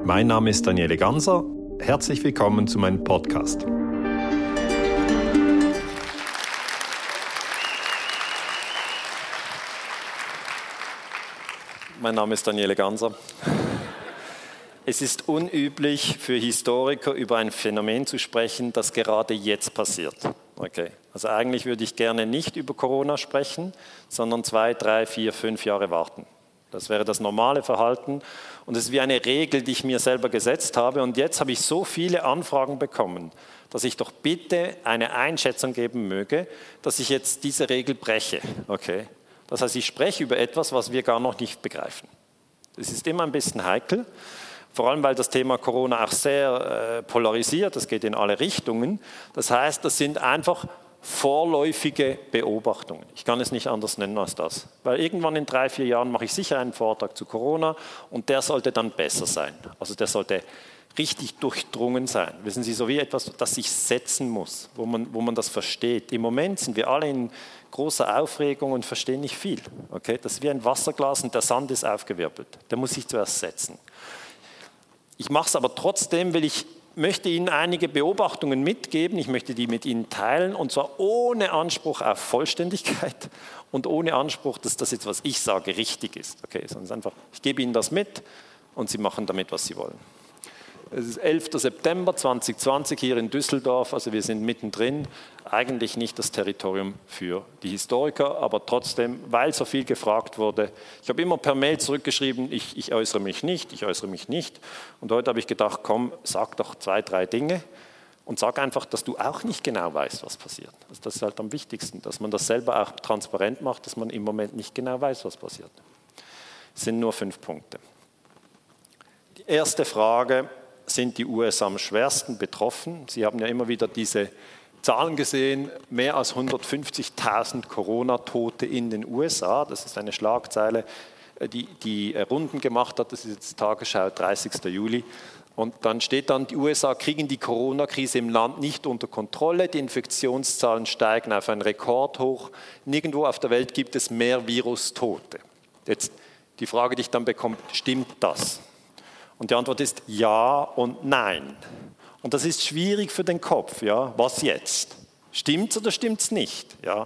Mein Name ist Daniele Ganser. Herzlich willkommen zu meinem Podcast. Mein Name ist Daniele Ganser. Es ist unüblich für Historiker über ein Phänomen zu sprechen, das gerade jetzt passiert. Okay. Also eigentlich würde ich gerne nicht über Corona sprechen, sondern 2, 3, 4, 5 Jahre warten. Das wäre das normale Verhalten und es ist wie eine Regel, die ich mir selber gesetzt habe. Und jetzt habe ich so viele Anfragen bekommen, dass ich doch bitte eine Einschätzung geben möge, dass ich jetzt diese Regel breche. Okay. Das heißt, ich spreche über etwas, was wir gar noch nicht begreifen. Das ist immer ein bisschen heikel, vor allem weil das Thema Corona auch sehr polarisiert, das geht in alle Richtungen. Das heißt, das sind einfach vorläufige Beobachtungen. Ich kann es nicht anders nennen als das. Weil irgendwann in 3, 4 Jahren mache ich sicher einen Vortrag zu Corona und der sollte dann besser sein. Also der sollte richtig durchdrungen sein. Wissen Sie, so wie etwas, das sich setzen muss, wo man das versteht. Im Moment sind wir alle in großer Aufregung und verstehen nicht viel. Okay? Das ist wie ein Wasserglas und der Sand ist aufgewirbelt. Der muss sich zuerst setzen. Ich mache es aber trotzdem, weil ich möchte Ihnen einige Beobachtungen mitgeben. Ich möchte die mit Ihnen teilen und zwar ohne Anspruch auf Vollständigkeit und ohne Anspruch, dass das jetzt, was ich sage, richtig ist. Okay? Sondern einfach, ich gebe Ihnen das mit und Sie machen damit, was Sie wollen. Es ist 11. September 2020 hier in Düsseldorf, also wir sind mittendrin. Eigentlich nicht das Territorium für die Historiker, aber trotzdem, weil so viel gefragt wurde. Ich habe immer per Mail zurückgeschrieben, ich äußere mich nicht, ich äußere mich nicht. Und heute habe ich gedacht, komm, sag doch 2, 3 Dinge und sag einfach, dass du auch nicht genau weißt, was passiert. Also das ist halt am wichtigsten, dass man das selber auch transparent macht, dass man im Moment nicht genau weiß, was passiert. Es sind nur 5 Punkte. Die erste Frage: Sind die USA am schwersten betroffen? Sie haben ja immer wieder diese Zahlen gesehen, mehr als 150.000 Corona-Tote in den USA. Das ist eine Schlagzeile, die Runden gemacht hat. Das ist jetzt Tagesschau, 30. Juli. Und dann steht dann, die USA kriegen die Corona-Krise im Land nicht unter Kontrolle. Die Infektionszahlen steigen auf ein Rekordhoch. Nirgendwo auf der Welt gibt es mehr Virustote. Jetzt die Frage, die ich dann bekomme, stimmt das? Und die Antwort ist ja und nein. Und das ist schwierig für den Kopf. Ja? Was jetzt? Stimmt's oder stimmt's nicht? Ja?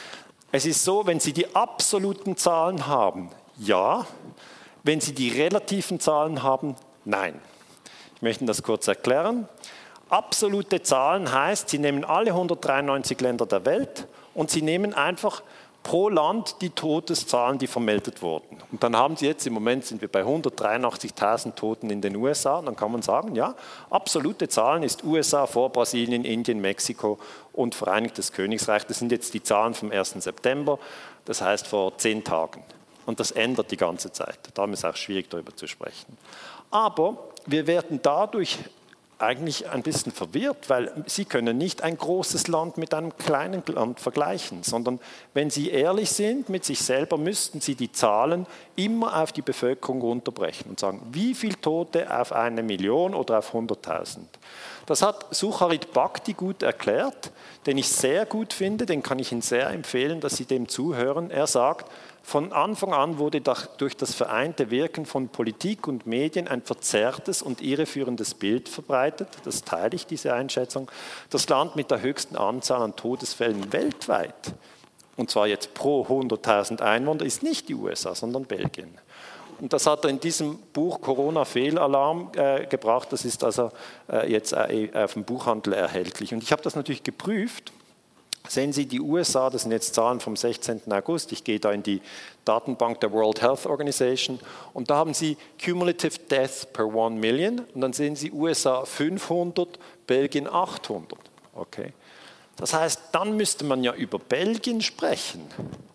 Es ist so, wenn Sie die absoluten Zahlen haben, ja. Wenn Sie die relativen Zahlen haben, nein. Ich möchte das kurz erklären. Absolute Zahlen heißt, Sie nehmen alle 193 Länder der Welt und Sie nehmen einfach pro Land die Todeszahlen, die vermeldet wurden. Und dann haben Sie jetzt, im Moment sind wir bei 183.000 Toten in den USA. Und dann kann man sagen, ja, absolute Zahlen ist USA vor Brasilien, Indien, Mexiko und Vereinigtes Königreich. Das sind jetzt die Zahlen vom 1. September, das heißt vor 10 Tagen. Und das ändert die ganze Zeit. Darum ist es auch schwierig, darüber zu sprechen. Aber wir werden dadurch eigentlich ein bisschen verwirrt, weil Sie können nicht ein großes Land mit einem kleinen Land vergleichen, sondern wenn Sie ehrlich sind mit sich selber, müssten Sie die Zahlen immer auf die Bevölkerung runterbrechen und sagen, wie viele Tote auf 1 Million oder auf 100.000. Das hat Sucharit Bhakdi gut erklärt, den ich sehr gut finde, den kann ich Ihnen sehr empfehlen, dass Sie dem zuhören. Er sagt, von Anfang an wurde durch das vereinte Wirken von Politik und Medien ein verzerrtes und irreführendes Bild verbreitet. Das teile ich, diese Einschätzung. Das Land mit der höchsten Anzahl an Todesfällen weltweit, und zwar jetzt pro 100.000 Einwohner, ist nicht die USA, sondern Belgien. Und das hat er in diesem Buch Corona-Fehlalarm gebracht. Das ist also jetzt auf dem Buchhandel erhältlich. Und ich habe das natürlich geprüft. Sehen Sie, die USA, das sind jetzt Zahlen vom 16. August, ich gehe da in die Datenbank der World Health Organization und da haben Sie Cumulative Deaths per 1 Million und dann sehen Sie USA 500, Belgien 800. Okay. Das heißt, dann müsste man ja über Belgien sprechen,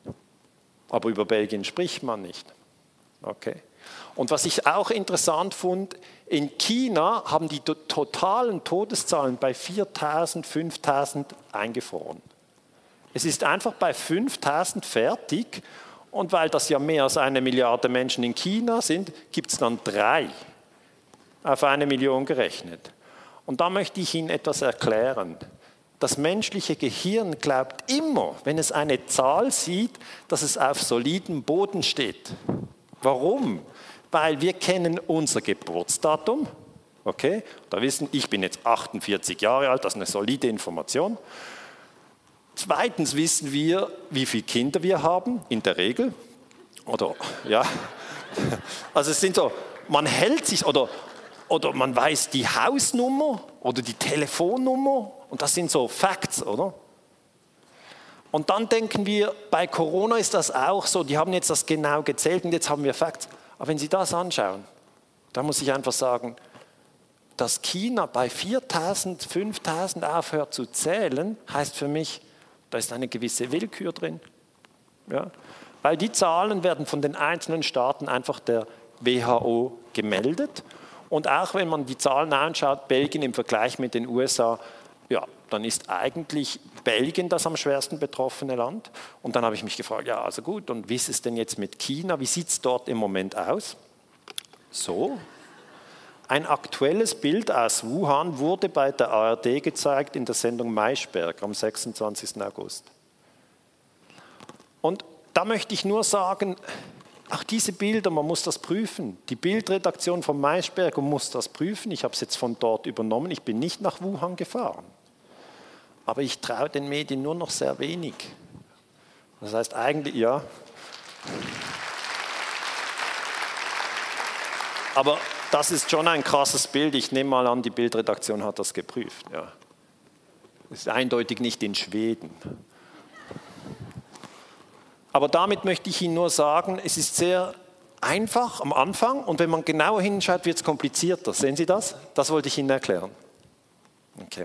aber über Belgien spricht man nicht. Okay. Und was ich auch interessant fand, in China haben die totalen Todeszahlen bei 4.000, 5.000 eingefroren. Es ist einfach bei 5.000 fertig und weil das ja mehr als 1 Milliarde Menschen in China sind, gibt es dann 3 auf 1 Million gerechnet. Und da möchte ich Ihnen etwas erklären. Das menschliche Gehirn glaubt immer, wenn es eine Zahl sieht, dass es auf solidem Boden steht. Warum? weil wir kennen unser Geburtsdatum. Okay, da wissen, ich bin jetzt 48 Jahre alt, das ist eine solide Information. Zweitens wissen wir, wie viele Kinder wir haben, in der Regel. Oder, ja, also es sind so, man hält sich, oder man weiß die Hausnummer oder die Telefonnummer und das sind so Facts, oder? Und dann denken wir, bei Corona ist das auch so, die haben jetzt das genau gezählt und jetzt haben wir Facts. Aber wenn Sie das anschauen, dann muss ich einfach sagen, dass China bei 4.000, 5.000 aufhört zu zählen, heißt für mich, da ist eine gewisse Willkür drin. Ja? Weil die Zahlen werden von den einzelnen Staaten einfach der WHO gemeldet. Und auch wenn man die Zahlen anschaut, Belgien im Vergleich mit den USA, ja, dann ist eigentlich Belgien das am schwersten betroffene Land. Und dann habe ich mich gefragt, ja, also gut, und wie ist es denn jetzt mit China? Wie sieht es dort im Moment aus? So. Ein aktuelles Bild aus Wuhan wurde bei der ARD gezeigt in der Sendung Maischberg am 26. August. Und da möchte ich nur sagen, auch diese Bilder, man muss das prüfen. Die Bildredaktion von Maischberg muss das prüfen. Ich habe es jetzt von dort übernommen. Ich bin nicht nach Wuhan gefahren. Aber ich traue den Medien nur noch sehr wenig. Das heißt eigentlich, ja. Aber das ist schon ein krasses Bild. Ich nehme mal an, die Bildredaktion hat das geprüft. Ja. Das ist eindeutig nicht in Schweden. Aber damit möchte ich Ihnen nur sagen, es ist sehr einfach am Anfang und wenn man genauer hinschaut, wird es komplizierter. Sehen Sie das? Das wollte ich Ihnen erklären. Okay.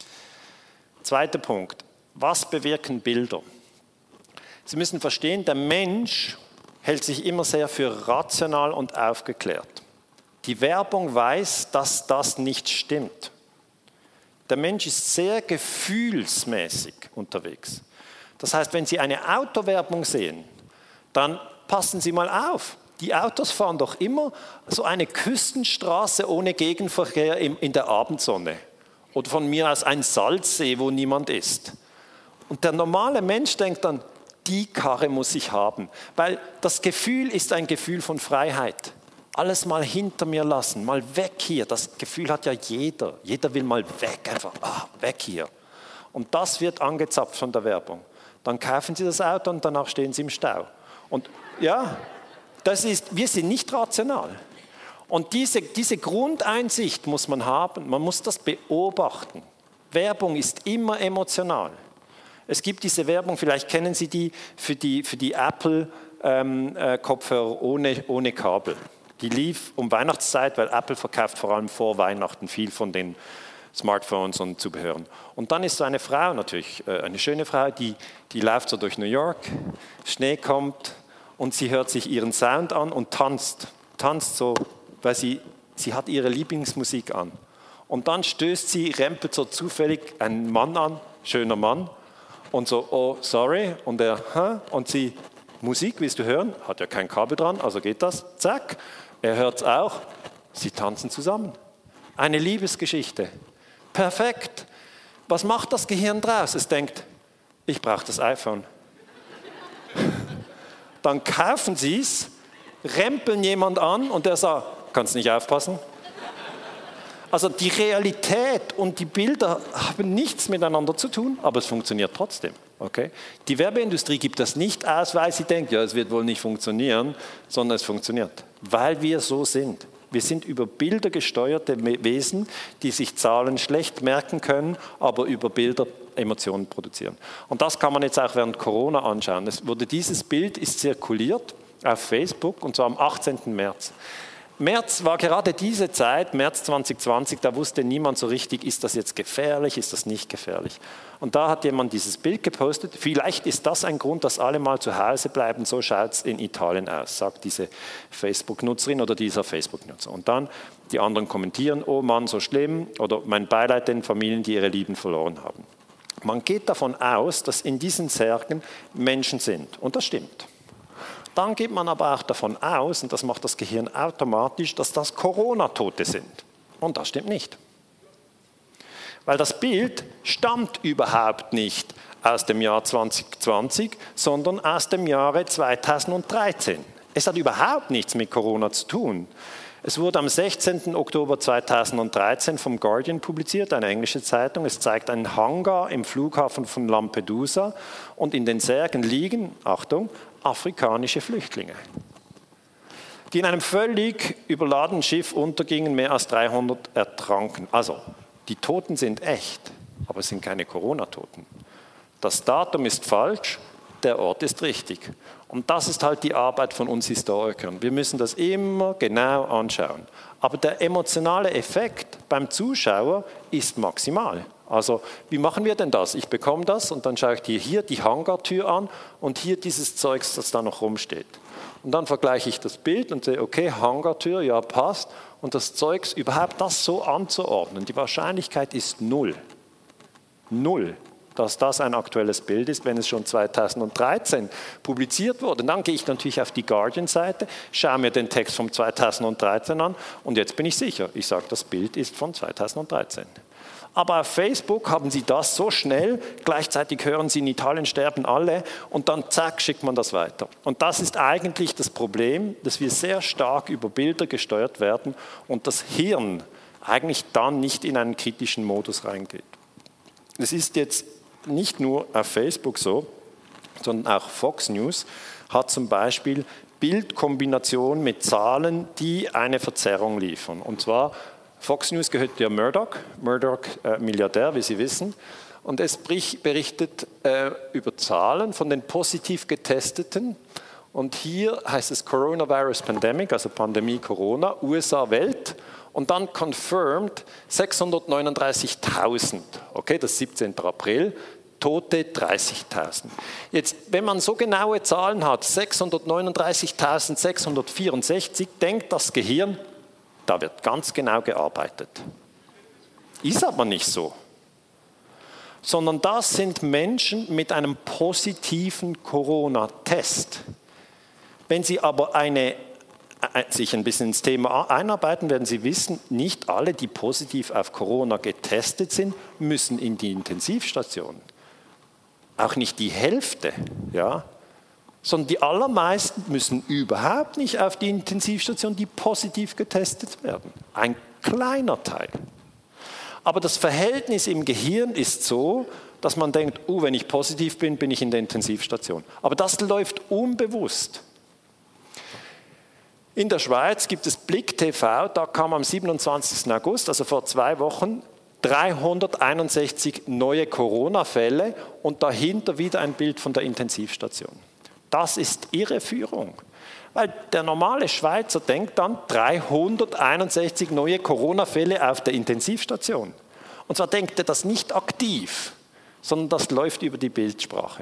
Zweiter Punkt. Was bewirken Bilder? Sie müssen verstehen, der Mensch hält sich immer sehr für rational und aufgeklärt. Die Werbung weiß, dass das nicht stimmt. Der Mensch ist sehr gefühlsmäßig unterwegs. Das heißt, wenn Sie eine Autowerbung sehen, dann passen Sie mal auf. Die Autos fahren doch immer so eine Küstenstraße ohne Gegenverkehr in der Abendsonne. Oder von mir aus ein Salzsee, wo niemand ist. Und der normale Mensch denkt dann, die Karre muss ich haben. Weil das Gefühl ist ein Gefühl von Freiheit. Alles mal hinter mir lassen, mal weg hier. Das Gefühl hat ja jeder. Jeder will mal weg, einfach weg hier. Und das wird angezapft von der Werbung. Dann kaufen Sie das Auto und danach stehen Sie im Stau. Und ja, wir sind nicht rational. Und diese Grundeinsicht muss man haben, man muss das beobachten. Werbung ist immer emotional. Es gibt diese Werbung, vielleicht kennen Sie die, für die Apple-Kopfhörer ohne Kabel. Die lief um Weihnachtszeit, weil Apple verkauft vor allem vor Weihnachten viel von den Smartphones und Zubehören. Und dann ist so eine Frau, natürlich eine schöne Frau, die läuft so durch New York, Schnee kommt und sie hört sich ihren Sound an und tanzt so, weil sie hat ihre Lieblingsmusik an. Und dann rempelt so zufällig einen Mann an, schöner Mann, und so, oh, sorry, und und sie, Musik, willst du hören? Hat ja kein Kabel dran, also geht das, zack, er hört es auch, sie tanzen zusammen. Eine Liebesgeschichte. Perfekt. Was macht das Gehirn draus? Es denkt, ich brauche das iPhone. Dann kaufen Sie es, rempeln jemand an und der sagt, kannst nicht aufpassen? Also die Realität und die Bilder haben nichts miteinander zu tun, aber es funktioniert trotzdem. Okay? Die Werbeindustrie gibt das nicht aus, weil sie denkt, ja, es wird wohl nicht funktionieren, sondern es funktioniert, weil wir so sind. Wir sind über Bilder gesteuerte Wesen, die sich Zahlen schlecht merken können, aber über Bilder Emotionen produzieren. Und das kann man jetzt auch während Corona anschauen. Dieses Bild ist zirkuliert auf Facebook, und zwar am 18. März. März war gerade diese Zeit, März 2020, da wusste niemand so richtig, ist das jetzt gefährlich, ist das nicht gefährlich. Und da hat jemand dieses Bild gepostet. Vielleicht ist das ein Grund, dass alle mal zu Hause bleiben, so schaut es in Italien aus, sagt diese Facebook-Nutzerin oder dieser Facebook-Nutzer. Und dann die anderen kommentieren, oh Mann, so schlimm, oder mein Beileid den Familien, die ihre Lieben verloren haben. Man geht davon aus, dass in diesen Särgen Menschen sind. Und das stimmt. Dann geht man aber auch davon aus, und das macht das Gehirn automatisch, dass das Corona-Tote sind. Und das stimmt nicht. Weil das Bild stammt überhaupt nicht aus dem Jahr 2020, sondern aus dem Jahre 2013. Es hat überhaupt nichts mit Corona zu tun. Es wurde am 16. Oktober 2013 vom Guardian publiziert, eine englische Zeitung. Es zeigt einen Hangar im Flughafen von Lampedusa und in den Särgen liegen, Achtung, afrikanische Flüchtlinge, die in einem völlig überladenen Schiff untergingen, mehr als 300 ertranken. Also, die Toten sind echt, aber es sind keine Corona-Toten. Das Datum ist falsch, der Ort ist richtig. Und das ist halt die Arbeit von uns Historikern. Wir müssen das immer genau anschauen. Aber der emotionale Effekt beim Zuschauer ist maximal. Also, wie machen wir denn das? Ich bekomme das und dann schaue ich dir hier die Hangartür an und hier dieses Zeugs, das da noch rumsteht. Und dann vergleiche ich das Bild und sehe, okay, Hangartür, ja, passt. Und das Zeugs, überhaupt das so anzuordnen, die Wahrscheinlichkeit ist 0. 0. Dass das ein aktuelles Bild ist, wenn es schon 2013 publiziert wurde. Dann gehe ich natürlich auf die Guardian-Seite, schaue mir den Text von 2013 an und jetzt bin ich sicher, ich sage, das Bild ist von 2013. Aber auf Facebook haben sie das so schnell, gleichzeitig hören sie, in Italien sterben alle und dann zack, schickt man das weiter. Und das ist eigentlich das Problem, dass wir sehr stark über Bilder gesteuert werden und das Hirn eigentlich dann nicht in einen kritischen Modus reingeht. Es ist jetzt nicht nur auf Facebook so, sondern auch Fox News hat zum Beispiel Bildkombinationen mit Zahlen, die eine Verzerrung liefern. Und zwar, Fox News gehört ja Murdoch, Milliardär, wie Sie wissen, und es berichtet über Zahlen von den positiv Getesteten. Und hier heißt es Coronavirus Pandemic, also Pandemie Corona, USA Welt. Und dann confirmed 639.000, okay, das ist 17. April, Tote 30.000. Jetzt, wenn man so genaue Zahlen hat, 639.664, denkt das Gehirn, da wird ganz genau gearbeitet. Ist aber nicht so. Sondern das sind Menschen mit einem positiven Corona-Test. Wenn Sie aber sich ein bisschen ins Thema einarbeiten, werden Sie wissen, nicht alle, die positiv auf Corona getestet sind, müssen in die Intensivstation. Auch nicht die Hälfte, ja, sondern die allermeisten müssen überhaupt nicht auf die Intensivstation, die positiv getestet werden. Ein kleiner Teil. Aber das Verhältnis im Gehirn ist so, dass man denkt, wenn ich positiv bin, bin ich in der Intensivstation. Aber das läuft unbewusst. In der Schweiz gibt es Blick TV, da kam am 27. August, also vor 2 Wochen, 361 neue Corona-Fälle und dahinter wieder ein Bild von der Intensivstation. Das ist Irreführung, weil der normale Schweizer denkt dann 361 neue Corona-Fälle auf der Intensivstation. Und zwar denkt er das nicht aktiv, sondern das läuft über die Bildsprache.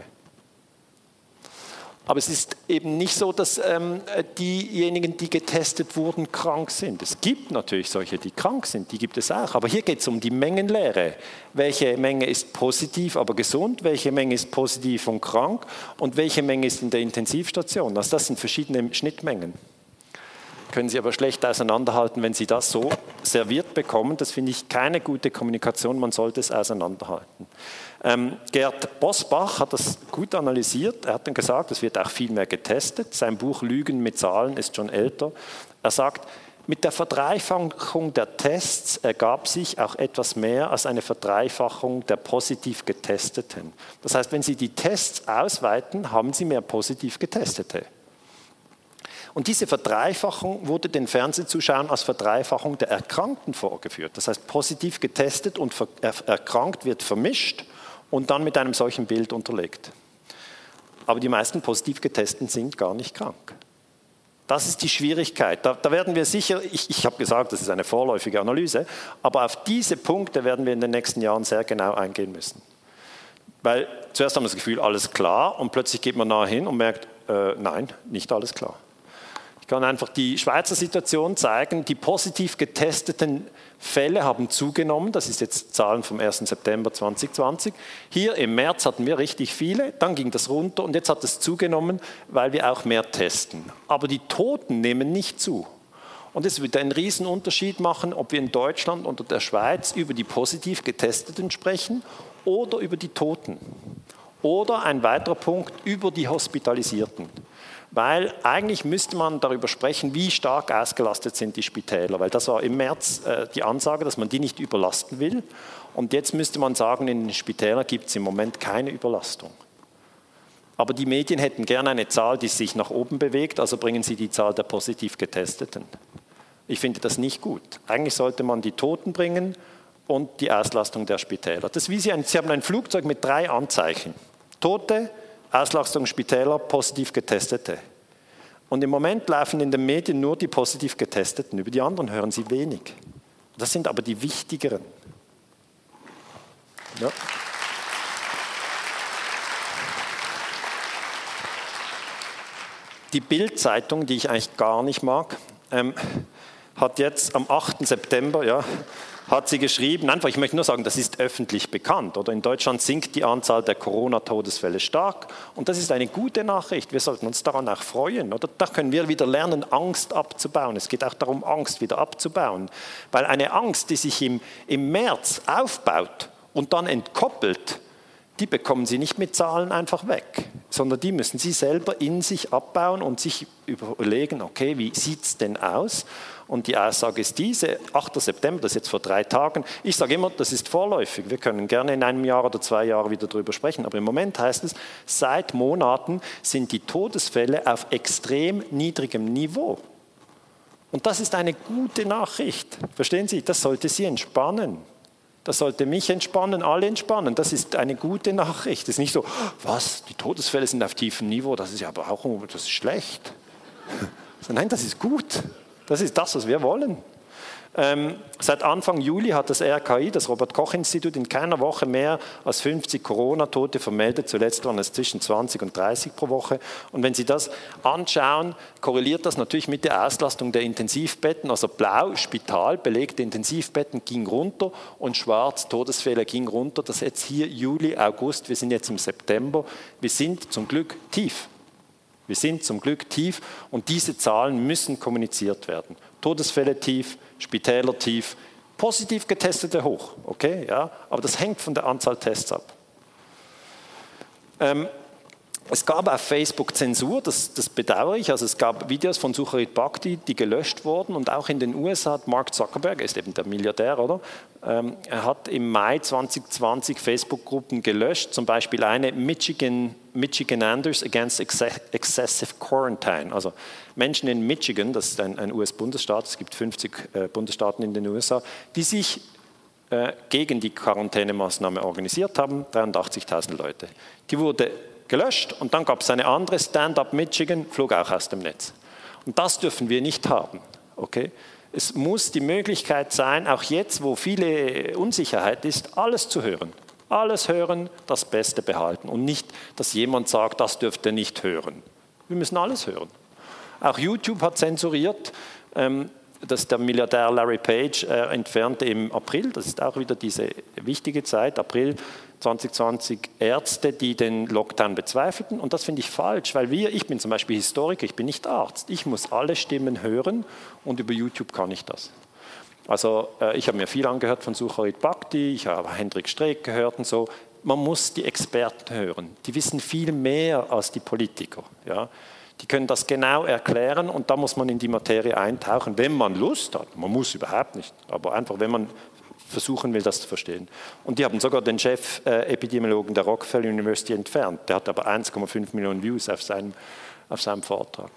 Aber es ist eben nicht so, dass diejenigen, die getestet wurden, krank sind. Es gibt natürlich solche, die krank sind, die gibt es auch. Aber hier geht es um die Mengenlehre. Welche Menge ist positiv, aber gesund? Welche Menge ist positiv und krank? Und welche Menge ist in der Intensivstation? Also das sind verschiedene Schnittmengen. Können Sie aber schlecht auseinanderhalten, wenn Sie das so serviert bekommen. Das finde ich keine gute Kommunikation, man sollte es auseinanderhalten. Gerd Bosbach hat das gut analysiert. Er hat dann gesagt, es wird auch viel mehr getestet. Sein Buch Lügen mit Zahlen ist schon älter. Er sagt, mit der Verdreifachung der Tests ergab sich auch etwas mehr als eine Verdreifachung der positiv Getesteten. Das heißt, wenn Sie die Tests ausweiten, haben Sie mehr positiv Getestete. Und diese Verdreifachung wurde den Fernsehzuschauern als Verdreifachung der Erkrankten vorgeführt. Das heißt, positiv getestet und erkrankt wird vermischt und dann mit einem solchen Bild unterlegt. Aber die meisten positiv Getesteten sind gar nicht krank. Das ist die Schwierigkeit. Da werden wir sicher, ich habe gesagt, das ist eine vorläufige Analyse, aber auf diese Punkte werden wir in den nächsten Jahren sehr genau eingehen müssen. Weil zuerst haben wir das Gefühl, alles klar, und plötzlich geht man nahe hin und merkt, nein, nicht alles klar. Ich kann einfach die Schweizer Situation zeigen. Die positiv getesteten Fälle haben zugenommen. Das ist jetzt Zahlen vom 1. September 2020. Hier im März hatten wir richtig viele, dann ging das runter und jetzt hat es zugenommen, weil wir auch mehr testen. Aber die Toten nehmen nicht zu. Und es wird einen Riesenunterschied machen, ob wir in Deutschland oder der Schweiz über die positiv Getesteten sprechen oder über die Toten. Oder ein weiterer Punkt, über die Hospitalisierten. Weil eigentlich müsste man darüber sprechen, wie stark ausgelastet sind die Spitäler. Weil das war im März die Ansage, dass man die nicht überlasten will. Und jetzt müsste man sagen, in den Spitälern gibt es im Moment keine Überlastung. Aber die Medien hätten gerne eine Zahl, die sich nach oben bewegt, also bringen sie die Zahl der positiv Getesteten. Ich finde das nicht gut. Eigentlich sollte man die Toten bringen und die Auslastung der Spitäler. Das ist wie Sie haben ein Flugzeug mit 3 Anzeichen. Tote, Auslastung Spitäler, positiv Getestete. Und im Moment laufen in den Medien nur die positiv Getesteten. Über die anderen hören Sie wenig. Das sind aber die wichtigeren. Ja. Die Bild-Zeitung, die ich eigentlich gar nicht mag, hat jetzt am 8. September, hat sie geschrieben, einfach, ich möchte nur sagen, das ist öffentlich bekannt. Oder in Deutschland sinkt die Anzahl der Corona-Todesfälle stark. Und das ist eine gute Nachricht. Wir sollten uns daran auch freuen. Oder? Da können wir wieder lernen, Angst abzubauen. Es geht auch darum, Angst wieder abzubauen. Weil eine Angst, die sich im März aufbaut und dann entkoppelt, die bekommen Sie nicht mit Zahlen einfach weg, sondern die müssen Sie selber in sich abbauen und sich überlegen, okay, wie sieht es denn aus? Und die Aussage ist diese, 8. September, das ist jetzt vor 3 Tagen. Ich sage immer, das ist vorläufig. Wir können gerne in einem Jahr oder 2 Jahren wieder darüber sprechen. Aber im Moment heißt es, seit Monaten sind die Todesfälle auf extrem niedrigem Niveau. Und das ist eine gute Nachricht. Verstehen Sie? Das sollte Sie entspannen. Das sollte mich entspannen, alle entspannen. Das ist eine gute Nachricht. Es ist nicht so, was, die Todesfälle sind auf tiefem Niveau, das ist ja aber auch, das ist schlecht. Nein, das ist gut. Das ist das, was wir wollen. Seit Anfang Juli hat das RKI, das Robert-Koch-Institut, in keiner Woche mehr als 50 Corona-Tote vermeldet. Zuletzt waren es zwischen 20 und 30 pro Woche. Und wenn Sie das anschauen, korreliert das natürlich mit der Auslastung der Intensivbetten. Also blau, Spital, belegte Intensivbetten ging runter und schwarz, Todesfälle ging runter. Das ist jetzt hier Juli, August, wir sind jetzt im September. Wir sind zum Glück tief. Wir sind zum Glück tief und diese Zahlen müssen kommuniziert werden. Todesfälle tief, Spitäler tief, positiv Getestete hoch, okay, ja, aber das hängt von der Anzahl Tests ab. Es gab auf Facebook Zensur, das bedauere ich, also es gab Videos von Sucharit Bhakti, die gelöscht wurden und auch in den USA hat Mark Zuckerberg, er ist eben der Milliardär, oder? Er hat im Mai 2020 Facebook-Gruppen gelöscht, zum Beispiel eine Michigananders Against Excessive Quarantine, also Menschen in Michigan, das ist ein US-Bundesstaat, es gibt 50 Bundesstaaten in den USA, die sich gegen die Quarantänemaßnahme organisiert haben, 83.000 Leute. Die wurde gelöscht und dann gab es eine andere, Stand-up Michigan, flog auch aus dem Netz. Und das dürfen wir nicht haben. Okay? Es muss die Möglichkeit sein, auch jetzt, wo viele Unsicherheit ist, alles zu hören. Alles hören, das Beste behalten und nicht, dass jemand sagt, das dürft ihr nicht hören. Wir müssen alles hören. Auch YouTube hat zensuriert, dass der Milliardär Larry Page entfernte im April, das ist auch wieder diese wichtige Zeit, April 2020, Ärzte, die den Lockdown bezweifelten. Und das finde ich falsch, weil ich bin zum Beispiel Historiker, ich bin nicht Arzt. Ich muss alle Stimmen hören und über YouTube kann ich das. Also ich habe mir viel angehört von Sucharit Bhakti, ich habe Hendrik Streeck gehört und so. Man muss die Experten hören. Die wissen viel mehr als die Politiker. Ja? Die können das genau erklären und da muss man in die Materie eintauchen, wenn man Lust hat. Man muss überhaupt nicht, aber einfach, wenn man versuchen will, das zu verstehen. Und die haben sogar den Chef-Epidemiologen der Rockefeller University entfernt. Der hat aber 1,5 Millionen Views auf seinem Vortrag.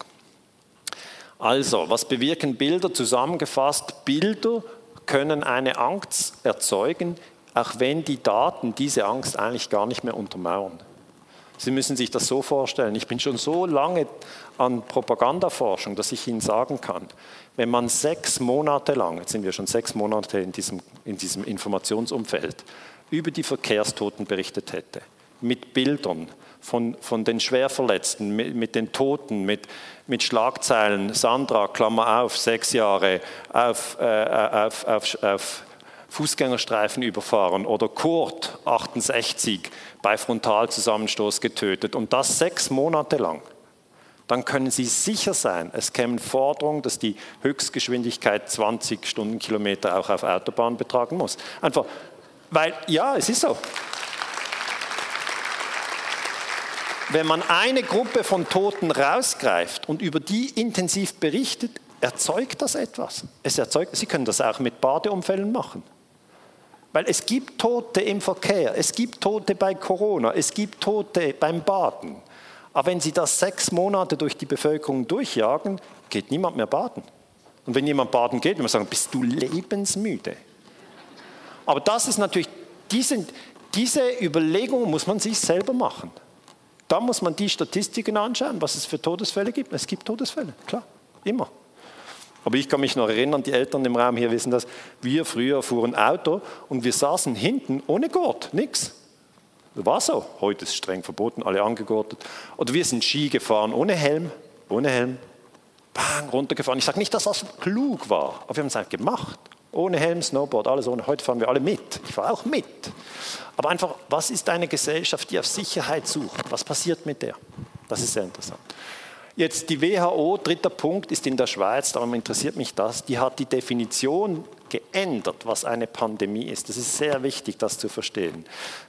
Also, was bewirken Bilder? Zusammengefasst, Bilder können eine Angst erzeugen, auch wenn die Daten diese Angst eigentlich gar nicht mehr untermauern. Sie müssen sich das so vorstellen, ich bin schon so lange an Propagandaforschung, dass ich Ihnen sagen kann, wenn man 6 Monate lang, jetzt sind wir schon 6 Monate in diesem Informationsumfeld, über die Verkehrstoten berichtet hätte, mit Bildern von den Schwerverletzten, mit den Toten, mit Schlagzeilen, Sandra, Klammer auf, 6 Jahre, auf Fußgängerstreifen überfahren oder Kurt, 68, bei Frontalzusammenstoß getötet und das 6 Monate lang, dann können Sie sicher sein, es kämen Forderungen, dass die Höchstgeschwindigkeit 20 Stundenkilometer auch auf Autobahn betragen muss. Einfach, weil, ja, es ist so. wenn man eine Gruppe von Toten rausgreift und über die intensiv berichtet, erzeugt das etwas. Sie können das auch mit Badeunfällen machen. Weil es gibt Tote im Verkehr, es gibt Tote bei Corona, es gibt Tote beim Baden. Aber wenn Sie das 6 Monate durch die Bevölkerung durchjagen, geht niemand mehr baden. Und wenn jemand baden geht, will man sagen, bist du lebensmüde? Aber das ist natürlich, diese Überlegungen muss man sich selber machen. Da muss man die Statistiken anschauen, was es für Todesfälle gibt. Es gibt Todesfälle, klar, immer. Aber ich kann mich noch erinnern, die Eltern im Raum hier wissen das, wir früher fuhren Auto und wir saßen hinten ohne Gurt, nichts. Das war so. Heute ist es streng verboten, alle angegurtet. Oder wir sind Ski gefahren ohne Helm, bang, runtergefahren. Ich sage nicht, dass das klug war, aber wir haben es halt gemacht. Ohne Helm, Snowboard, alles ohne. Heute fahren wir alle mit. Ich fahre auch mit. Aber einfach, was ist eine Gesellschaft, die auf Sicherheit sucht? Was passiert mit der? Das ist sehr interessant. Jetzt die WHO, dritter Punkt, ist in der Schweiz, darum interessiert mich das, die hat die Definition geändert, was eine Pandemie ist. Das ist sehr wichtig, das zu verstehen.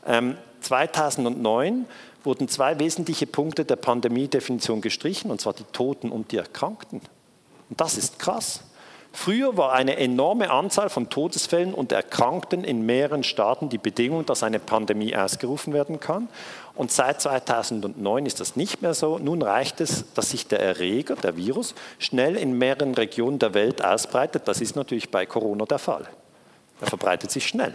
2009 wurden 2 wesentliche Punkte der Pandemiedefinition gestrichen, und zwar die Toten und die Erkrankten. Und das ist krass. Früher war eine enorme Anzahl von Todesfällen und Erkrankten in mehreren Staaten die Bedingung, dass eine Pandemie ausgerufen werden kann. Und seit 2009 ist das nicht mehr so. Nun reicht es, dass sich der Erreger, der Virus, schnell in mehreren Regionen der Welt ausbreitet. Das ist natürlich bei Corona der Fall. Er verbreitet sich schnell.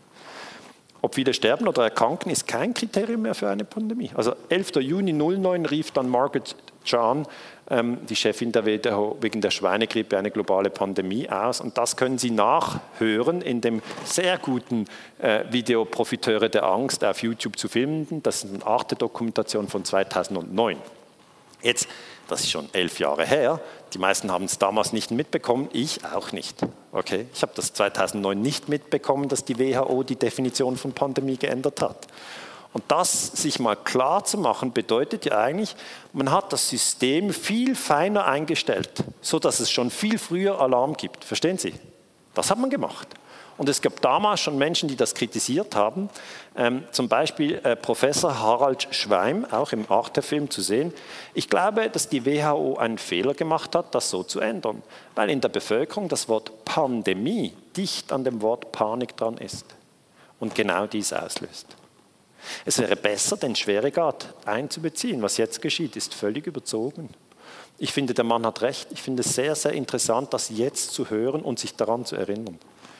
Ob viele sterben oder erkranken, ist kein Kriterium mehr für eine Pandemie. Also 11. Juni 2009 rief dann Margaret Chan, die Chefin der WHO, wegen der Schweinegrippe eine globale Pandemie aus. Und das können Sie nachhören in dem sehr guten Video Profiteure der Angst auf YouTube zu finden. Das ist eine Arte-Dokumentation von 2009. Jetzt, das ist schon 11 Jahre her, die meisten haben es damals nicht mitbekommen, ich auch nicht. Okay? Ich habe das 2009 nicht mitbekommen, dass die WHO die Definition von Pandemie geändert hat. Und das sich mal klar zu machen, bedeutet ja eigentlich, man hat das System viel feiner eingestellt, sodass es schon viel früher Alarm gibt. Verstehen Sie? Das hat man gemacht. Und es gab damals schon Menschen, die das kritisiert haben, zum Beispiel Professor Harald Schweim, auch im Arte-Film zu sehen. Ich glaube, dass die WHO einen Fehler gemacht hat, das so zu ändern, weil in der Bevölkerung das Wort Pandemie dicht an dem Wort Panik dran ist und genau dies auslöst. Es wäre besser, den Schweregrad einzubeziehen. Was jetzt geschieht, ist völlig überzogen. Ich finde, der Mann hat recht. Ich finde es sehr, sehr interessant, das jetzt zu hören und sich daran zu erinnern.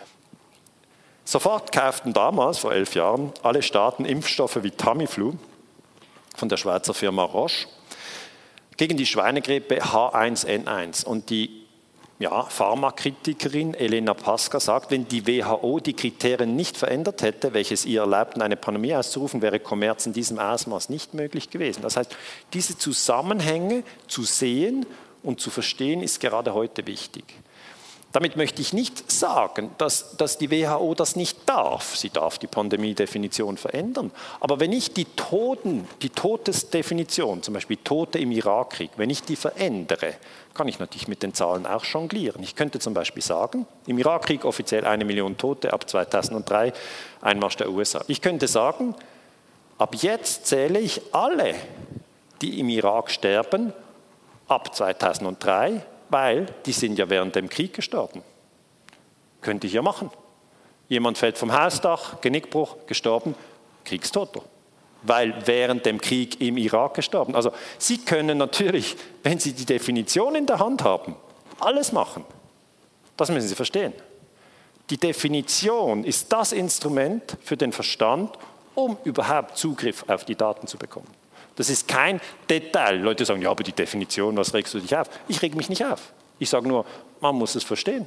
Sofort kauften damals, vor 11 Jahren, alle Staaten Impfstoffe wie Tamiflu von der Schweizer Firma Roche gegen die Schweinegrippe H1N1. Und die Pharmakritikerin Elena Pasca sagt, wenn die WHO die Kriterien nicht verändert hätte, welches ihr erlaubten, eine Pandemie auszurufen, wäre Kommerz in diesem Ausmaß nicht möglich gewesen. Das heißt, diese Zusammenhänge zu sehen und zu verstehen, ist gerade heute wichtig. Damit möchte ich nicht sagen, dass die WHO das nicht darf. Sie darf die Pandemiedefinition verändern. Aber wenn ich die Todesdefinition, zum Beispiel Tote im Irakkrieg, wenn ich die verändere, kann ich natürlich mit den Zahlen auch jonglieren. Ich könnte zum Beispiel sagen, im Irakkrieg offiziell 1 Million Tote, ab 2003 Einmarsch der USA. Ich könnte sagen, ab jetzt zähle ich alle, die im Irak sterben, ab 2003, weil die sind ja während dem Krieg gestorben. Könnte ich ja machen. Jemand fällt vom Hausdach, Genickbruch, gestorben, Kriegstoter. Weil während dem Krieg im Irak gestorben. Also Sie können natürlich, wenn Sie die Definition in der Hand haben, alles machen. Das müssen Sie verstehen. Die Definition ist das Instrument für den Verstand, um überhaupt Zugriff auf die Daten zu bekommen. Das ist kein Detail. Leute sagen, ja, aber die Definition, was regst du dich auf? Ich reg mich nicht auf. Ich sage nur, man muss es verstehen.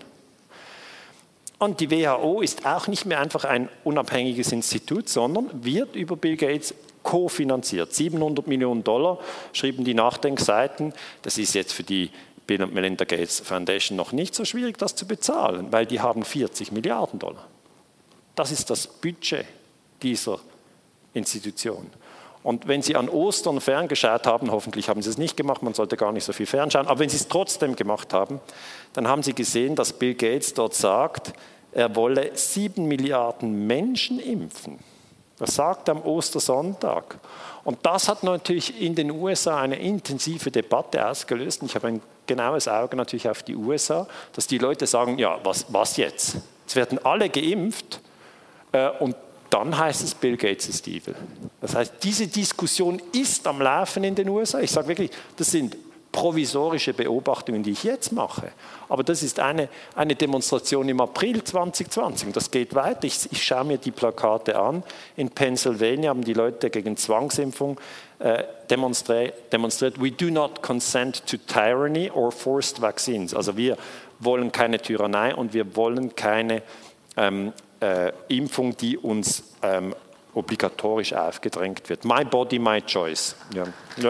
Und die WHO ist auch nicht mehr einfach ein unabhängiges Institut, sondern wird über Bill Gates kofinanziert. $700 Millionen schrieben die Nachdenkseiten. Das ist jetzt für die Bill und Melinda Gates Foundation noch nicht so schwierig, das zu bezahlen, weil die haben $40 Milliarden. Das ist das Budget dieser Institution. Und wenn Sie an Ostern ferngeschaut haben, hoffentlich haben Sie es nicht gemacht, man sollte gar nicht so viel fernschauen, aber wenn Sie es trotzdem gemacht haben, dann haben Sie gesehen, dass Bill Gates dort sagt, er wolle 7 Milliarden Menschen impfen. Das sagt er am Ostersonntag. Und das hat natürlich in den USA eine intensive Debatte ausgelöst. Und ich habe ein genaues Auge natürlich auf die USA, dass die Leute sagen, ja, was jetzt? Jetzt werden alle geimpft und dann heißt es, Bill Gates ist evil. Das heißt, diese Diskussion ist am Laufen in den USA. Ich sage wirklich, das sind provisorische Beobachtungen, die ich jetzt mache. Aber das ist eine Demonstration im April 2020. Und das geht weiter. Ich schaue mir die Plakate an. In Pennsylvania haben die Leute gegen Zwangsimpfung demonstriert. We do not consent to tyranny or forced vaccines. Also wir wollen keine Tyrannei und wir wollen keine Impfung, die uns obligatorisch aufgedrängt wird. My body, my choice. Ja. Ja.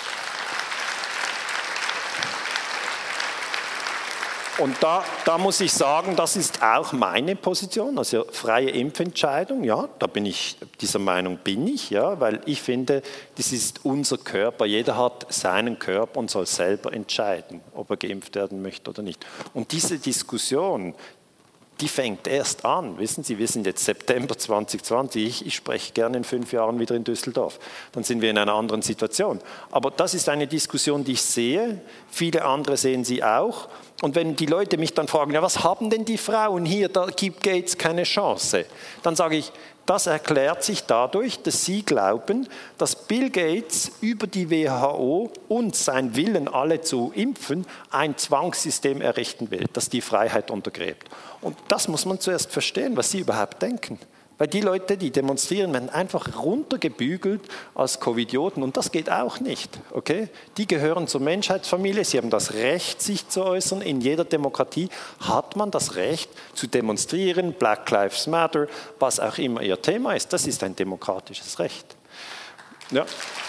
Und da muss ich sagen, das ist auch meine Position, also freie Impfentscheidung, ja, dieser Meinung bin ich, ja, weil ich finde, das ist unser Körper, jeder hat seinen Körper und soll selber entscheiden, ob er geimpft werden möchte oder nicht. Und diese Diskussion, die fängt erst an, wissen Sie, wir sind jetzt September 2020, ich spreche gerne in 5 Jahren wieder in Düsseldorf, dann sind wir in einer anderen Situation. Aber das ist eine Diskussion, die ich sehe, viele andere sehen sie auch. Und wenn die Leute mich dann fragen, ja, was haben denn die Frauen hier, da gibt Gates keine Chance, dann sage ich, das erklärt sich dadurch, dass sie glauben, dass Bill Gates über die WHO und sein Willen, alle zu impfen, ein Zwangssystem errichten will, das die Freiheit untergräbt. Und das muss man zuerst verstehen, was sie überhaupt denken. Weil die Leute, die demonstrieren, werden einfach runtergebügelt als Covidioten und das geht auch nicht. Okay? Die gehören zur Menschheitsfamilie, sie haben das Recht, sich zu äußern. In jeder Demokratie hat man das Recht zu demonstrieren, Black Lives Matter, was auch immer ihr Thema ist. Das ist ein demokratisches Recht. Ja.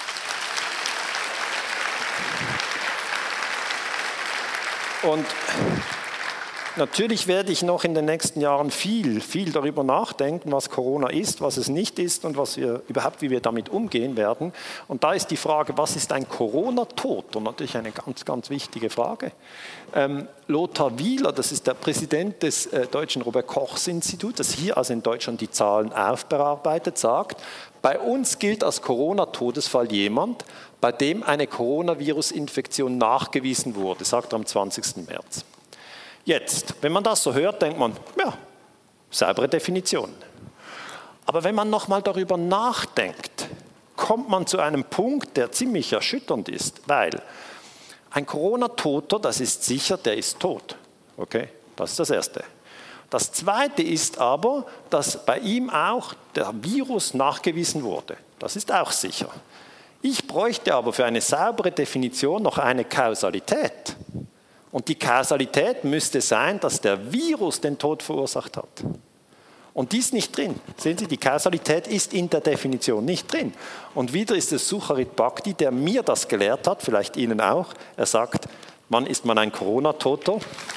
Und natürlich werde ich noch in den nächsten Jahren viel darüber nachdenken, was Corona ist, was es nicht ist und wie wir damit umgehen werden. Und da ist die Frage, was ist ein Corona-Toter? Natürlich eine ganz, ganz wichtige Frage. Lothar Wieler, das ist der Präsident des Deutschen Robert-Koch-Instituts, das hier also in Deutschland die Zahlen aufbearbeitet, sagt, bei uns gilt als Corona-Todesfall jemand, bei dem eine Coronavirus-Infektion nachgewiesen wurde, sagt er am 20. März. Jetzt, wenn man das so hört, denkt man, ja, saubere Definition. Aber wenn man nochmal darüber nachdenkt, kommt man zu einem Punkt, der ziemlich erschütternd ist, weil ein Corona-Toter, das ist sicher, der ist tot. Okay, das ist das Erste. Das Zweite ist aber, dass bei ihm auch der Virus nachgewiesen wurde. Das ist auch sicher. Ich bräuchte aber für eine saubere Definition noch eine Kausalität. Und die Kausalität müsste sein, dass der Virus den Tod verursacht hat. Und die ist nicht drin. Sehen Sie, die Kausalität ist in der Definition nicht drin. Und wieder ist es Sucharit Bhakti, der mir das gelehrt hat, vielleicht Ihnen auch. Er sagt, wann ist man ein Corona-Toter?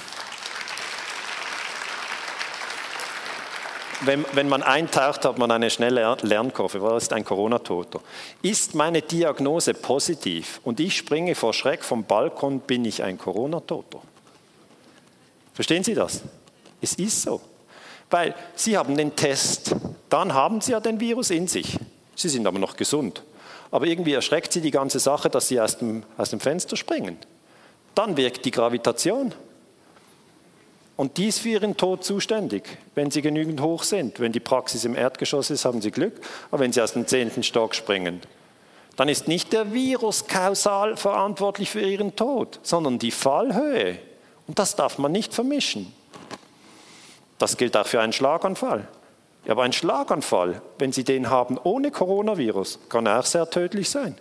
Wenn man eintaucht, hat man eine schnelle Lernkurve. Was ist ein Corona-Toter? Ist meine Diagnose positiv und ich springe vor Schreck vom Balkon, bin ich ein Corona-Toter? Verstehen Sie das? Es ist so. Weil Sie haben den Test, dann haben Sie ja den Virus in sich. Sie sind aber noch gesund. Aber irgendwie erschreckt Sie die ganze Sache, dass Sie aus dem Fenster springen. Dann wirkt die Gravitation. Und die ist für Ihren Tod zuständig, wenn Sie genügend hoch sind. Wenn die Praxis im Erdgeschoss ist, haben Sie Glück. Aber wenn Sie aus dem 10. Stock springen, dann ist nicht der Virus kausal verantwortlich für Ihren Tod, sondern die Fallhöhe. Und das darf man nicht vermischen. Das gilt auch für einen Schlaganfall. Ja, aber ein Schlaganfall, wenn Sie den haben ohne Coronavirus, kann auch sehr tödlich sein.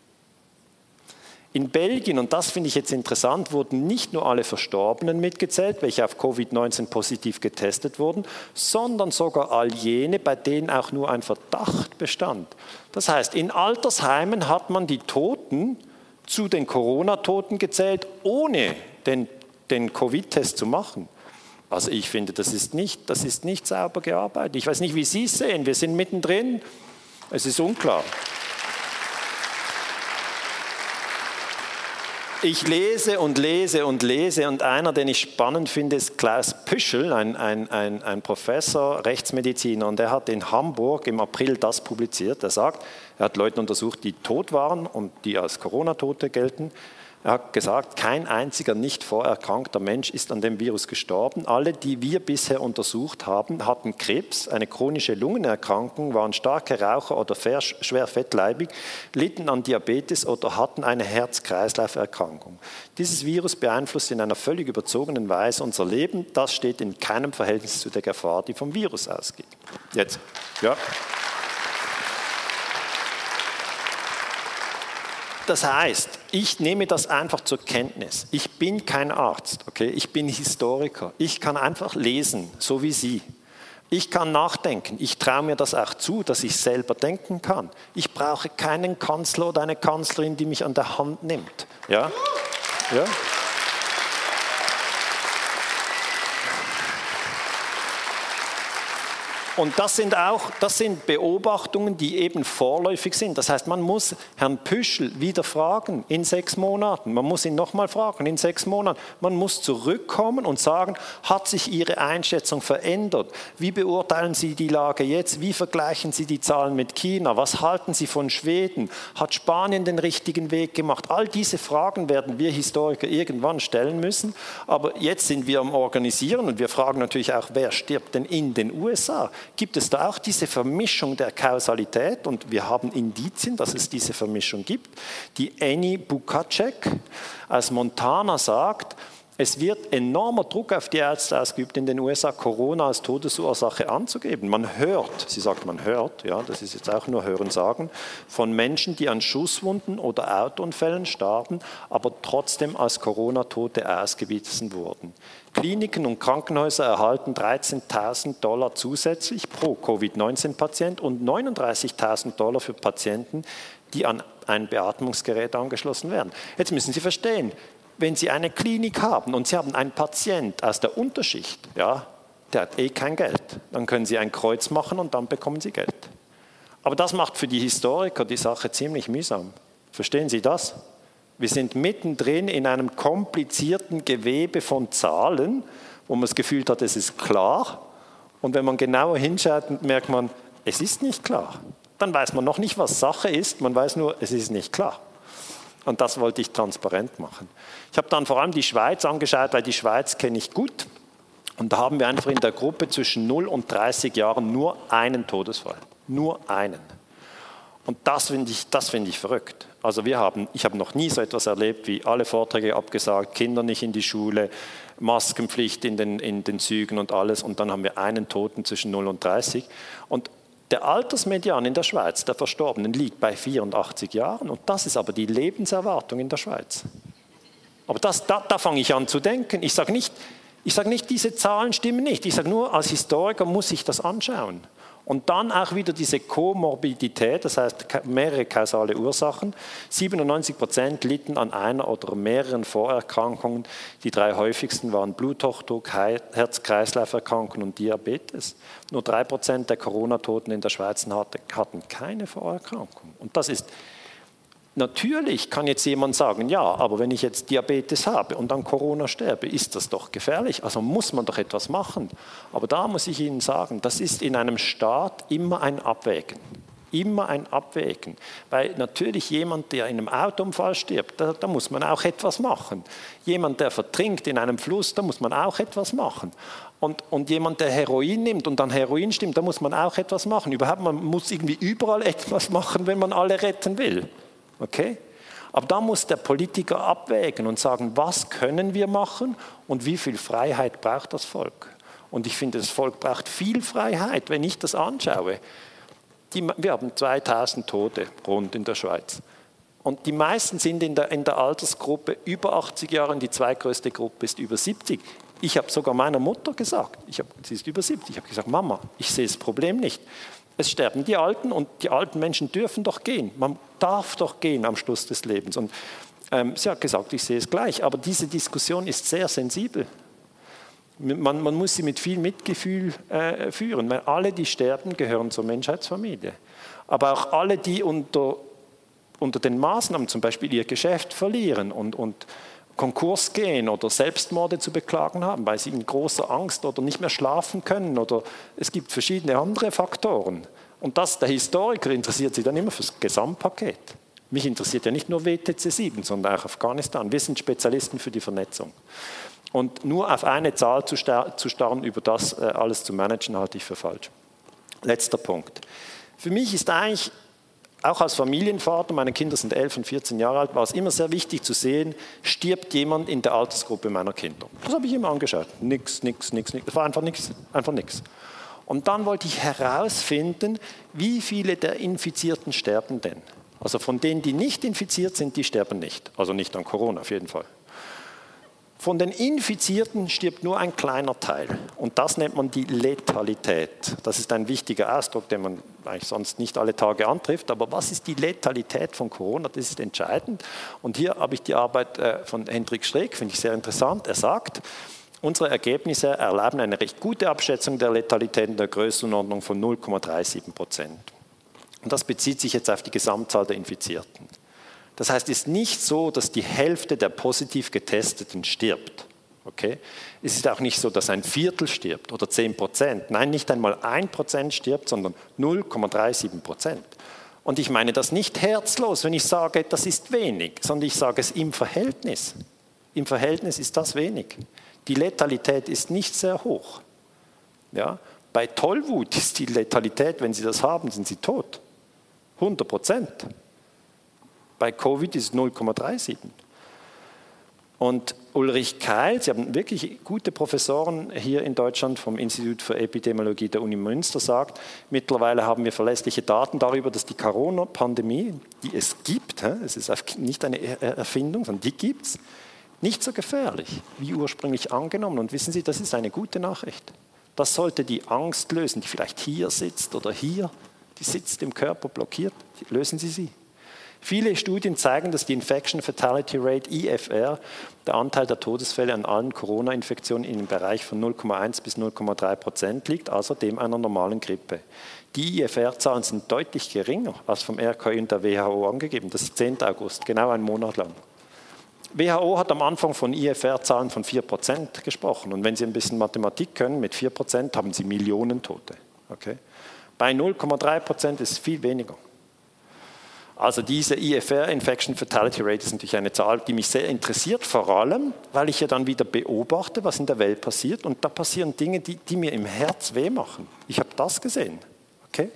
In Belgien, und das finde ich jetzt interessant, wurden nicht nur alle Verstorbenen mitgezählt, welche auf Covid-19 positiv getestet wurden, sondern sogar all jene, bei denen auch nur ein Verdacht bestand. Das heißt, in Altersheimen hat man die Toten zu den Corona-Toten gezählt, ohne den Covid-Test zu machen. Also ich finde, das ist nicht sauber gearbeitet. Ich weiß nicht, wie Sie es sehen. Wir sind mittendrin. Es ist unklar. Ich lese und lese und lese und einer, den ich spannend finde, ist Klaus Püschel, ein Professor, Rechtsmediziner, und der hat in Hamburg im April das publiziert. Er sagt, er hat Leute untersucht, die tot waren und die als Corona-Tote gelten. Er hat gesagt, kein einziger nicht vorerkrankter Mensch ist an dem Virus gestorben. Alle, die wir bisher untersucht haben, hatten Krebs, eine chronische Lungenerkrankung, waren starke Raucher oder schwer fettleibig, litten an Diabetes oder hatten eine Herz-Kreislauf-Erkrankung. Dieses Virus beeinflusst in einer völlig überzogenen Weise unser Leben. Das steht in keinem Verhältnis zu der Gefahr, die vom Virus ausgeht. Jetzt, ja. Das heißt, ich nehme das einfach zur Kenntnis. Ich bin kein Arzt, okay? Ich bin Historiker. Ich kann einfach lesen, so wie Sie. Ich kann nachdenken. Ich traue mir das auch zu, dass ich selber denken kann. Ich brauche keinen Kanzler oder eine Kanzlerin, die mich an der Hand nimmt. Ja? Ja? Und das sind Beobachtungen, die eben vorläufig sind. Das heißt, man muss Herrn Püschel wieder fragen in 6 Monaten. Man muss ihn nochmal fragen in 6 Monaten. Man muss zurückkommen und sagen, hat sich Ihre Einschätzung verändert? Wie beurteilen Sie die Lage jetzt? Wie vergleichen Sie die Zahlen mit China? Was halten Sie von Schweden? Hat Spanien den richtigen Weg gemacht? All diese Fragen werden wir Historiker irgendwann stellen müssen. Aber jetzt sind wir am Organisieren und wir fragen natürlich auch, wer stirbt denn in den USA? Gibt es da auch diese Vermischung der Kausalität? Und wir haben Indizien, dass es diese Vermischung gibt. Die Annie Bukacek aus Montana sagt, es wird enormer Druck auf die Ärzte ausgeübt in den USA, Corona als Todesursache anzugeben. Man hört, sie sagt, man hört, ja, das ist jetzt auch nur Hören sagen, von Menschen, die an Schusswunden oder Autounfällen starben, aber trotzdem als Corona-Tote ausgewiesen wurden. Kliniken und Krankenhäuser erhalten $13.000 zusätzlich pro Covid-19-Patient und $39.000 für Patienten, die an ein Beatmungsgerät angeschlossen werden. Jetzt müssen Sie verstehen, wenn Sie eine Klinik haben und Sie haben einen Patient aus der Unterschicht, ja, der hat kein Geld, dann können Sie ein Kreuz machen und dann bekommen Sie Geld. Aber das macht für die Historiker die Sache ziemlich mühsam. Verstehen Sie das? Wir sind mittendrin in einem komplizierten Gewebe von Zahlen, wo man das Gefühl hat, es ist klar. Und wenn man genauer hinschaut, merkt man, es ist nicht klar. Dann weiß man noch nicht, was Sache ist, man weiß nur, es ist nicht klar. Und das wollte ich transparent machen. Ich habe dann vor allem die Schweiz angeschaut, weil die Schweiz kenne ich gut. Und da haben wir einfach in der Gruppe zwischen 0 und 30 Jahren nur einen Todesfall. Nur einen. Und das finde ich verrückt. Also ich habe noch nie so etwas erlebt, wie alle Vorträge abgesagt, Kinder nicht in die Schule, Maskenpflicht in den Zügen und alles. Und dann haben wir einen Toten zwischen 0 und 30. Und der Altersmedian in der Schweiz, der Verstorbenen, liegt bei 84 Jahren. Und das ist aber die Lebenserwartung in der Schweiz. Aber da fange ich an zu denken. Ich sage nicht, diese Zahlen stimmen nicht. Ich sage nur, als Historiker muss ich das anschauen. Und dann auch wieder diese Komorbidität, das heißt mehrere kausale Ursachen. 97% litten an einer oder mehreren Vorerkrankungen. Die 3 häufigsten waren Bluthochdruck, Herz-Kreislauf-Erkrankungen und Diabetes. Nur 3% der Corona-Toten in der Schweiz hatten keine Vorerkrankung. Und das ist, natürlich kann jetzt jemand sagen, ja, aber wenn ich jetzt Diabetes habe und an Corona sterbe, ist das doch gefährlich. Also muss man doch etwas machen. Aber da muss ich Ihnen sagen, das ist in einem Staat immer ein Abwägen. Immer ein Abwägen. Weil natürlich jemand, der in einem Autounfall stirbt, da muss man auch etwas machen. Jemand, der vertrinkt in einem Fluss, da muss man auch etwas machen. Und jemand, der Heroin nimmt und an Heroin stimmt, da muss man auch etwas machen. Überhaupt, man muss irgendwie überall etwas machen, wenn man alle retten will. Okay? Aber da muss der Politiker abwägen und sagen, was können wir machen und wie viel Freiheit braucht das Volk? Und ich finde, das Volk braucht viel Freiheit, wenn ich das anschaue. Wir haben 2000 Tote rund in der Schweiz. Und die meisten sind in der Altersgruppe über 80 Jahre und die zweitgrößte Gruppe ist über 70. Ich habe sogar meiner Mutter gesagt, sie ist über 70, ich habe gesagt, Mama, ich sehe das Problem nicht. Es sterben die Alten und die alten Menschen dürfen doch gehen. Man darf doch gehen am Schluss des Lebens. Und sie hat gesagt, ich sehe es gleich. Aber diese Diskussion ist sehr sensibel. Man muss sie mit viel Mitgefühl führen, weil alle, die sterben, gehören zur Menschheitsfamilie. Aber auch alle, die unter unter den Maßnahmen zum Beispiel ihr Geschäft verlieren und Konkurs gehen oder Selbstmorde zu beklagen haben, weil sie in großer Angst oder nicht mehr schlafen können oder es gibt verschiedene andere Faktoren. Und der Historiker interessiert sich dann immer für das Gesamtpaket. Mich interessiert ja nicht nur WTC 7, sondern auch Afghanistan. Wir sind Spezialisten für die Vernetzung. Und nur auf eine Zahl zu starren, über das alles zu managen, halte ich für falsch. Letzter Punkt. Für mich ist eigentlich, auch als Familienvater, meine Kinder sind 11 und 14 Jahre alt, war es immer sehr wichtig zu sehen, stirbt jemand in der Altersgruppe meiner Kinder. Das habe ich immer angeschaut. Nix. Das war einfach nichts. Und dann wollte ich herausfinden, wie viele der Infizierten sterben denn. Also von denen, die nicht infiziert sind, die sterben nicht. Also nicht an Corona auf jeden Fall. Von den Infizierten stirbt nur ein kleiner Teil. Und das nennt man die Letalität. Das ist ein wichtiger Ausdruck, den man eigentlich sonst nicht alle Tage antrifft. Aber was ist die Letalität von Corona? Das ist entscheidend. Und hier habe ich die Arbeit von Hendrik Streeck, finde ich sehr interessant. Er sagt, unsere Ergebnisse erlauben eine recht gute Abschätzung der Letalität in der Größenordnung von 0,37%. Und das bezieht sich jetzt auf die Gesamtzahl der Infizierten. Das heißt, es ist nicht so, dass die Hälfte der positiv Getesteten stirbt. Okay? Es ist auch nicht so, dass ein Viertel stirbt oder 10%. Nein, nicht einmal 1% stirbt, sondern 0,37%. Und ich meine das nicht herzlos, wenn ich sage, das ist wenig, sondern ich sage es im Verhältnis. Im Verhältnis ist das wenig. Die Letalität ist nicht sehr hoch. Ja? Bei Tollwut ist die Letalität, wenn Sie das haben, sind Sie tot. 100%. Bei Covid ist es 0,37. Und Ulrich Keil, Sie haben wirklich gute Professoren hier in Deutschland vom Institut für Epidemiologie der Uni Münster, sagt, mittlerweile haben wir verlässliche Daten darüber, dass die Corona-Pandemie, die es gibt, es ist nicht eine Erfindung, sondern die gibt es, nicht so gefährlich wie ursprünglich angenommen. Und wissen Sie, das ist eine gute Nachricht. Das sollte die Angst lösen, die vielleicht hier sitzt oder hier, die sitzt im Körper blockiert, lösen Sie sie. Viele Studien zeigen, dass die Infection Fatality Rate, IFR, der Anteil der Todesfälle an allen Corona-Infektionen im Bereich von 0,1 bis 0,3% liegt, also dem einer normalen Grippe. Die IFR-Zahlen sind deutlich geringer als vom RKI und der WHO angegeben. Das ist 10. August, genau einen Monat lang. WHO hat am Anfang von IFR-Zahlen von 4% gesprochen. Und wenn Sie ein bisschen Mathematik können, mit 4% haben Sie Millionen Tote. Okay? Bei 0,3% ist es viel weniger. Also diese IFR, Infection Fatality Rate, ist natürlich eine Zahl, die mich sehr interessiert, vor allem, weil ich ja dann wieder beobachte, was in der Welt passiert. Und da passieren Dinge, die mir im Herz weh machen. Ich habe das gesehen. Okay?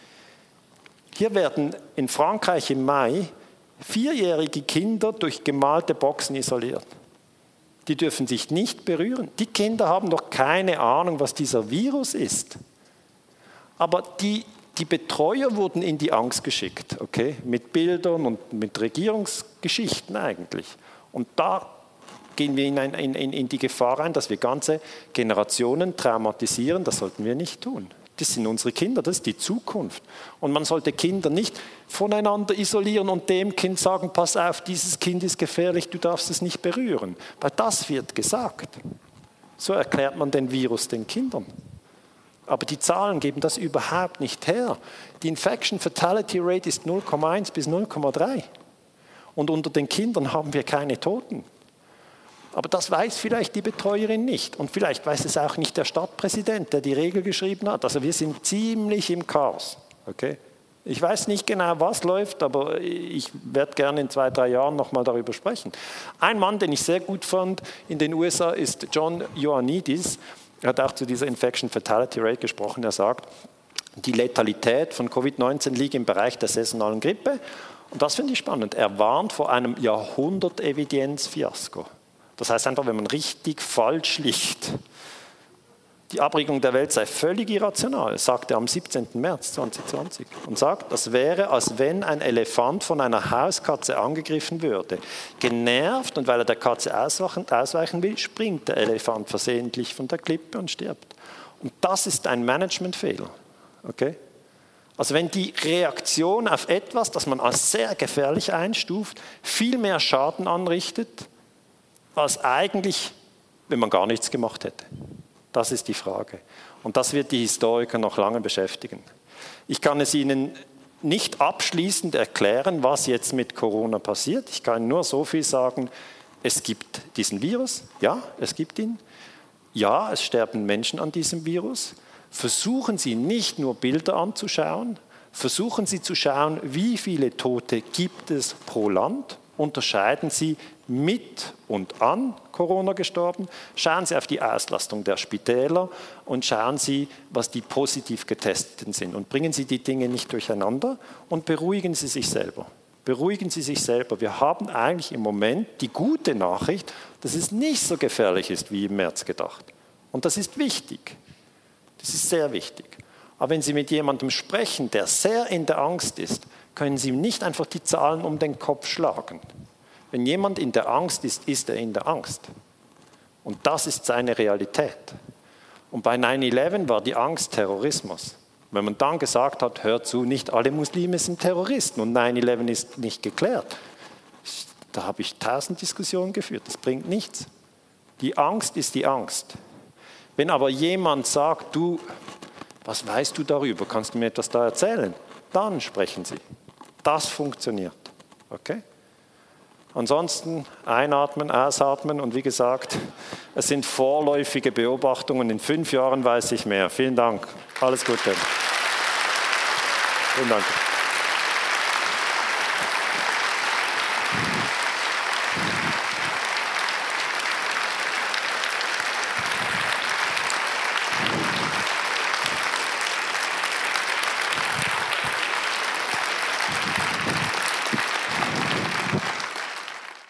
Hier werden in Frankreich im Mai 4-jährige Kinder durch gemalte Boxen isoliert. Die dürfen sich nicht berühren. Die Kinder haben doch keine Ahnung, was dieser Virus ist. Aber die Betreuer wurden in die Angst geschickt, okay? Mit Bildern und mit Regierungsgeschichten eigentlich. Und da gehen wir in die Gefahr rein, dass wir ganze Generationen traumatisieren. Das sollten wir nicht tun. Das sind unsere Kinder, das ist die Zukunft. Und man sollte Kinder nicht voneinander isolieren und dem Kind sagen, pass auf, dieses Kind ist gefährlich, du darfst es nicht berühren. Weil das wird gesagt. So erklärt man den Virus den Kindern. Aber die Zahlen geben das überhaupt nicht her. Die Infection Fatality Rate ist 0,1 bis 0,3. Und unter den Kindern haben wir keine Toten. Aber das weiß vielleicht die Betreuerin nicht. Und vielleicht weiß es auch nicht der Stadtpräsident, der die Regel geschrieben hat. Also wir sind ziemlich im Chaos. Okay? Ich weiß nicht genau, was läuft, aber ich werde gerne in 2-3 Jahren nochmal darüber sprechen. Ein Mann, den ich sehr gut fand in den USA, ist John Ioannidis. Er hat auch zu dieser Infection Fatality Rate gesprochen. Er sagt, die Letalität von Covid-19 liegt im Bereich der saisonalen Grippe. Und das finde ich spannend. Er warnt vor einem Jahrhundert-Evidenz-Fiasko. Das heißt einfach, wenn man richtig falsch liegt, die Abriegelung der Welt sei völlig irrational, sagt er am 17. März 2020. Und sagt, das wäre, als wenn ein Elefant von einer Hauskatze angegriffen würde. Genervt und weil er der Katze ausweichen will, springt der Elefant versehentlich von der Klippe und stirbt. Und das ist ein Managementfehler. Okay? Also wenn die Reaktion auf etwas, das man als sehr gefährlich einstuft, viel mehr Schaden anrichtet, als eigentlich, wenn man gar nichts gemacht hätte. Das ist die Frage. Und das wird die Historiker noch lange beschäftigen. Ich kann es Ihnen nicht abschließend erklären, was jetzt mit Corona passiert. Ich kann nur so viel sagen, es gibt diesen Virus, ja, es gibt ihn. Ja, es sterben Menschen an diesem Virus. Versuchen Sie nicht nur Bilder anzuschauen, versuchen Sie zu schauen, wie viele Tote gibt es pro Land. Unterscheiden Sie mit und an Corona gestorben. Schauen Sie auf die Auslastung der Spitäler und schauen Sie, was die positiv Getesteten sind. Und bringen Sie die Dinge nicht durcheinander und beruhigen Sie sich selber. Beruhigen Sie sich selber. Wir haben eigentlich im Moment die gute Nachricht, dass es nicht so gefährlich ist, wie im März gedacht. Und das ist wichtig. Das ist sehr wichtig. Aber wenn Sie mit jemandem sprechen, der sehr in der Angst ist, können Sie ihm nicht einfach die Zahlen um den Kopf schlagen. Wenn jemand in der Angst ist, ist er in der Angst. Und das ist seine Realität. Und bei 9/11 war die Angst Terrorismus. Wenn man dann gesagt hat, hört zu, nicht alle Muslime sind Terroristen und 9/11 ist nicht geklärt, da habe ich 1000 Diskussionen geführt. Das bringt nichts. Die Angst ist die Angst. Wenn aber jemand sagt, du, was weißt du darüber, kannst du mir etwas da erzählen? Dann sprechen Sie. Das funktioniert. Okay? Ansonsten einatmen, ausatmen und wie gesagt, es sind vorläufige Beobachtungen. In 5 Jahren weiß ich mehr. Vielen Dank. Alles Gute. Vielen Dank.